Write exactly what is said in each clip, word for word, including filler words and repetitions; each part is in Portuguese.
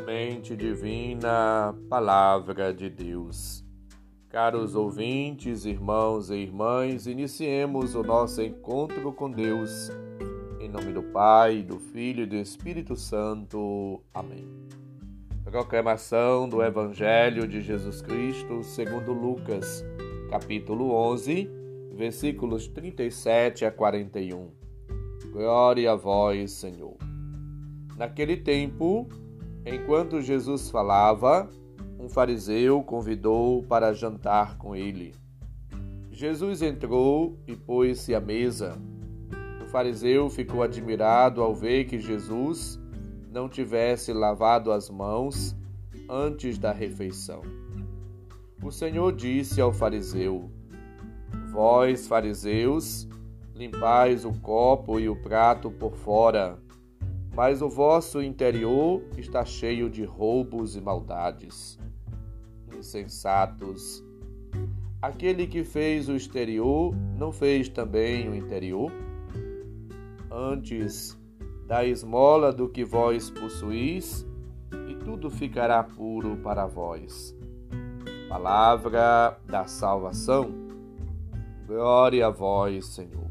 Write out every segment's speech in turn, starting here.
Semente divina, Palavra de Deus. Caros ouvintes, irmãos e irmãs, iniciemos o nosso encontro com Deus. Em nome do Pai, do Filho e do Espírito Santo. Amém. Proclamação do Evangelho de Jesus Cristo segundo Lucas, capítulo onze, versículos trinta e sete a quarenta e um. Glória a vós, Senhor. Naquele tempo, enquanto Jesus falava, um fariseu convidou-o para jantar com ele. Jesus entrou e pôs-se à mesa. O fariseu ficou admirado ao ver que Jesus não tivesse lavado as mãos antes da refeição. O Senhor disse ao fariseu: Vós, fariseus, limpais o copo e o prato por fora, mas o vosso interior está cheio de roubos e maldades. Insensatos! Aquele que fez o exterior não fez também o interior? Antes, da esmola do que vós possuís, e tudo ficará puro para vós. Palavra da salvação. Glória a vós, Senhor.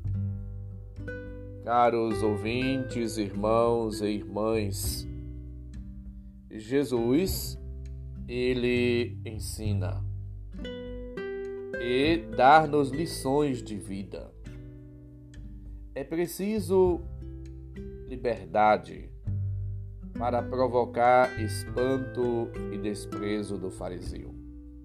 Caros ouvintes, irmãos e irmãs, Jesus, Ele ensina e dá-nos lições de vida. É preciso liberdade para provocar espanto e desprezo do fariseu.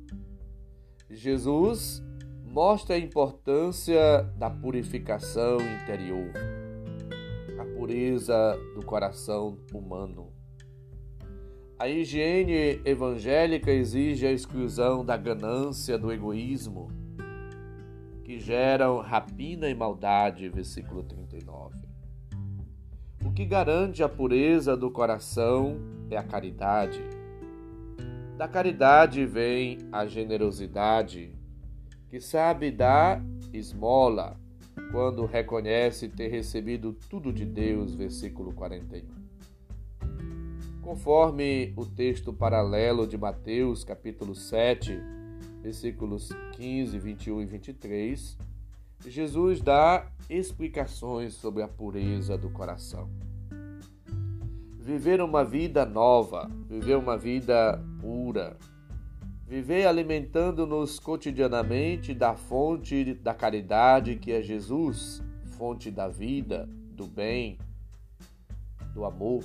Jesus mostra a importância da purificação interior, a pureza do coração humano. A higiene evangélica exige a exclusão da ganância, do egoísmo, que geram rapina e maldade, versículo trinta e nove. O que garante a pureza do coração é a caridade. Da caridade vem a generosidade, que sabe dar esmola quando reconhece ter recebido tudo de Deus, versículo quarenta e um. Conforme o texto paralelo de Mateus, capítulo sete, versículos quinze, vinte e um e vinte e três, Jesus dá explicações sobre a pureza do coração. Viver uma vida nova, viver uma vida pura, viver alimentando-nos cotidianamente da fonte da caridade que é Jesus, fonte da vida, do bem, do amor,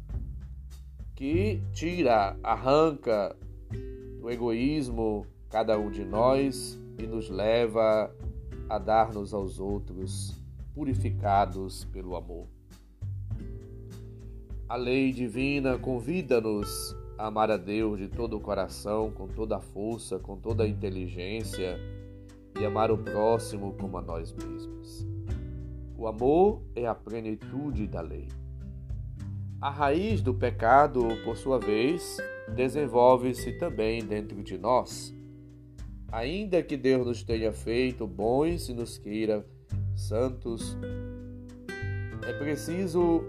que tira, arranca do egoísmo cada um de nós e nos leva a dar-nos aos outros, purificados pelo amor. A lei divina convida-nos a amar a Deus de todo o coração, com toda a força, com toda a inteligência, e amar o próximo como a nós mesmos. O amor é a plenitude da lei. A raiz do pecado, por sua vez, desenvolve-se também dentro de nós. Ainda que Deus nos tenha feito bons e nos queira santos, é preciso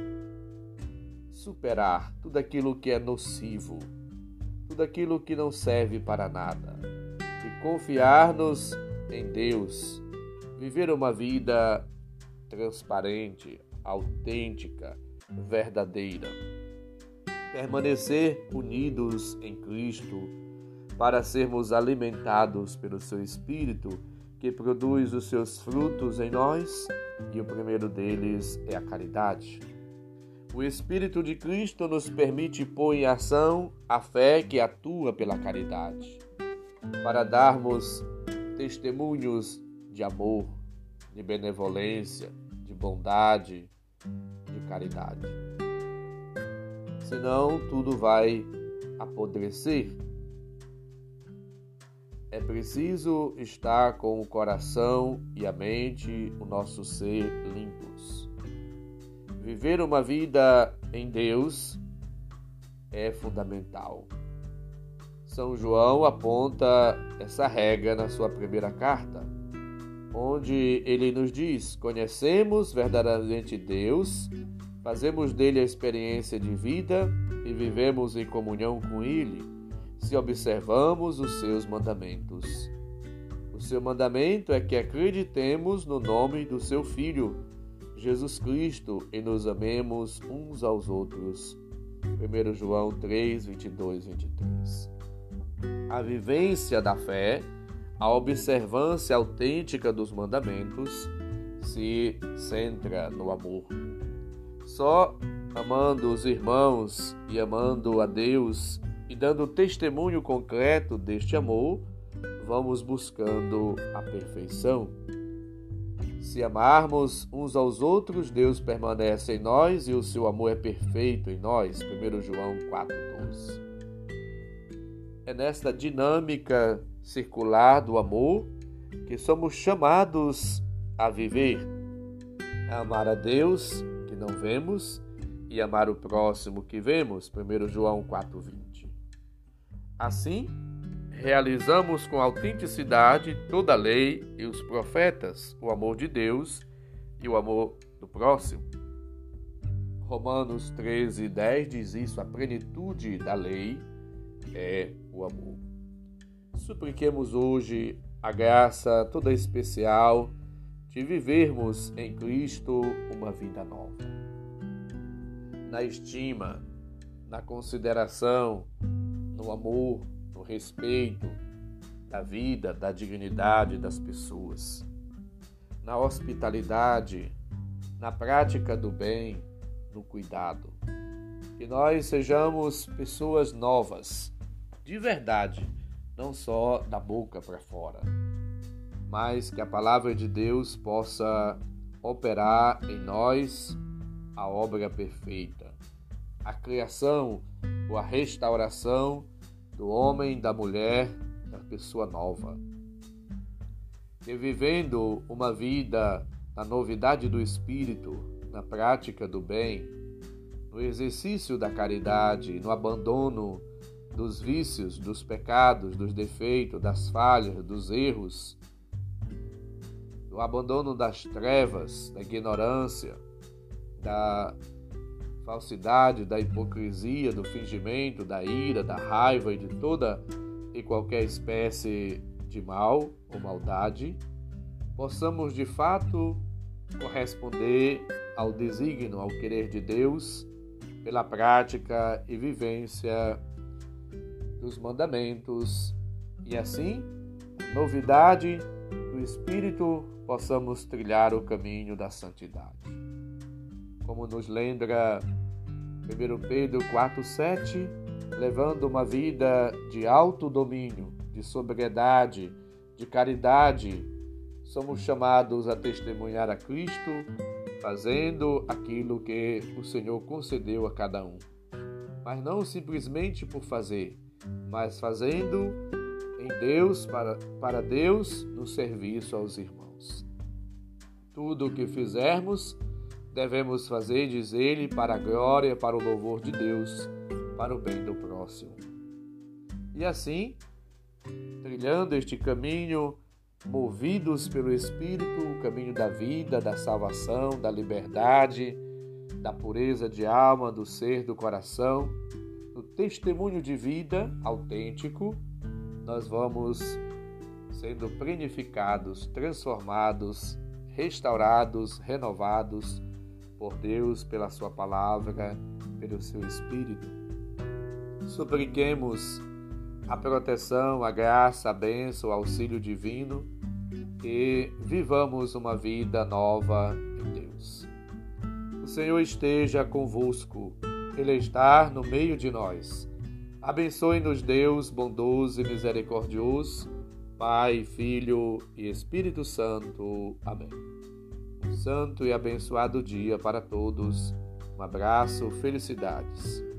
superar tudo aquilo que é nocivo, tudo aquilo que não serve para nada, e confiar-nos em Deus, viver uma vida transparente, autêntica, verdadeira, permanecer unidos em Cristo para sermos alimentados pelo seu Espírito, que produz os seus frutos em nós, e o primeiro deles é a caridade. O Espírito de Cristo nos permite pôr em ação a fé que atua pela caridade, para darmos testemunhos de amor, de benevolência, de bondade, de caridade. Senão, tudo vai apodrecer. É preciso estar com o coração e a mente, o nosso ser limpos. Viver uma vida em Deus é fundamental. São João aponta essa regra na sua primeira carta, onde ele nos diz: conhecemos verdadeiramente Deus, fazemos dele a experiência de vida e vivemos em comunhão com Ele se observamos os seus mandamentos. O seu mandamento é que acreditemos no nome do seu Filho, Jesus Cristo, e nos amemos uns aos outros. primeiro João três, vinte e dois, vinte e três. A vivência da fé, a observância autêntica dos mandamentos, se centra no amor. Só amando os irmãos e amando a Deus e dando testemunho concreto deste amor, vamos buscando a perfeição. Se amarmos uns aos outros, Deus permanece em nós e o seu amor é perfeito em nós. primeiro João quatro, doze. É nesta dinâmica circular do amor que somos chamados a viver, a amar a Deus, que não vemos, e amar o próximo que vemos. primeiro João quatro, vinte. Assim, realizamos com autenticidade toda a lei e os profetas, o amor de Deus e o amor do próximo. Romanos treze, dez diz isso: a plenitude da lei é o amor. Supliquemos hoje a graça toda especial de vivermos em Cristo uma vida nova. Na estima, na consideração, no amor, no respeito da vida, da dignidade das pessoas, na hospitalidade, na prática do bem, no cuidado. Que nós sejamos pessoas novas, de verdade, não só da boca para fora, mas que a palavra de Deus possa operar em nós a obra perfeita, a criação ou a restauração do homem, da mulher, da pessoa nova. Que vivendo uma vida na novidade do Espírito, na prática do bem, no exercício da caridade, no abandono dos vícios, dos pecados, dos defeitos, das falhas, dos erros, no abandono das trevas, da ignorância, da falsidade, da hipocrisia, do fingimento, da ira, da raiva e de toda e qualquer espécie de mal ou maldade, possamos de fato corresponder ao desígnio, ao querer de Deus, pela prática e vivência dos mandamentos, e assim, novidade do Espírito, possamos trilhar o caminho da santidade. Como nos lembra primeiro Pedro quatro, sete, levando uma vida de autodomínio, de sobriedade, de caridade, somos chamados a testemunhar a Cristo, fazendo aquilo que o Senhor concedeu a cada um. Mas não simplesmente por fazer, mas fazendo em Deus, para, para Deus, no serviço aos irmãos. Tudo o que fizermos, devemos fazer, diz ele, para a glória, para o louvor de Deus, para o bem do próximo. E assim, trilhando este caminho, movidos pelo Espírito, o caminho da vida, da salvação, da liberdade, da pureza de alma, do ser, do coração, no testemunho de vida autêntico, nós vamos sendo plenificados, transformados, restaurados, renovados por Deus, pela sua palavra, pelo seu Espírito. Supliquemos a proteção, a graça, a bênção, o auxílio divino e vivamos uma vida nova em Deus. O Senhor esteja convosco, Ele está no meio de nós. Abençoe-nos Deus, bondoso e misericordioso, Pai, Filho e Espírito Santo. Amém. Um santo e abençoado dia para todos. Um abraço, felicidades.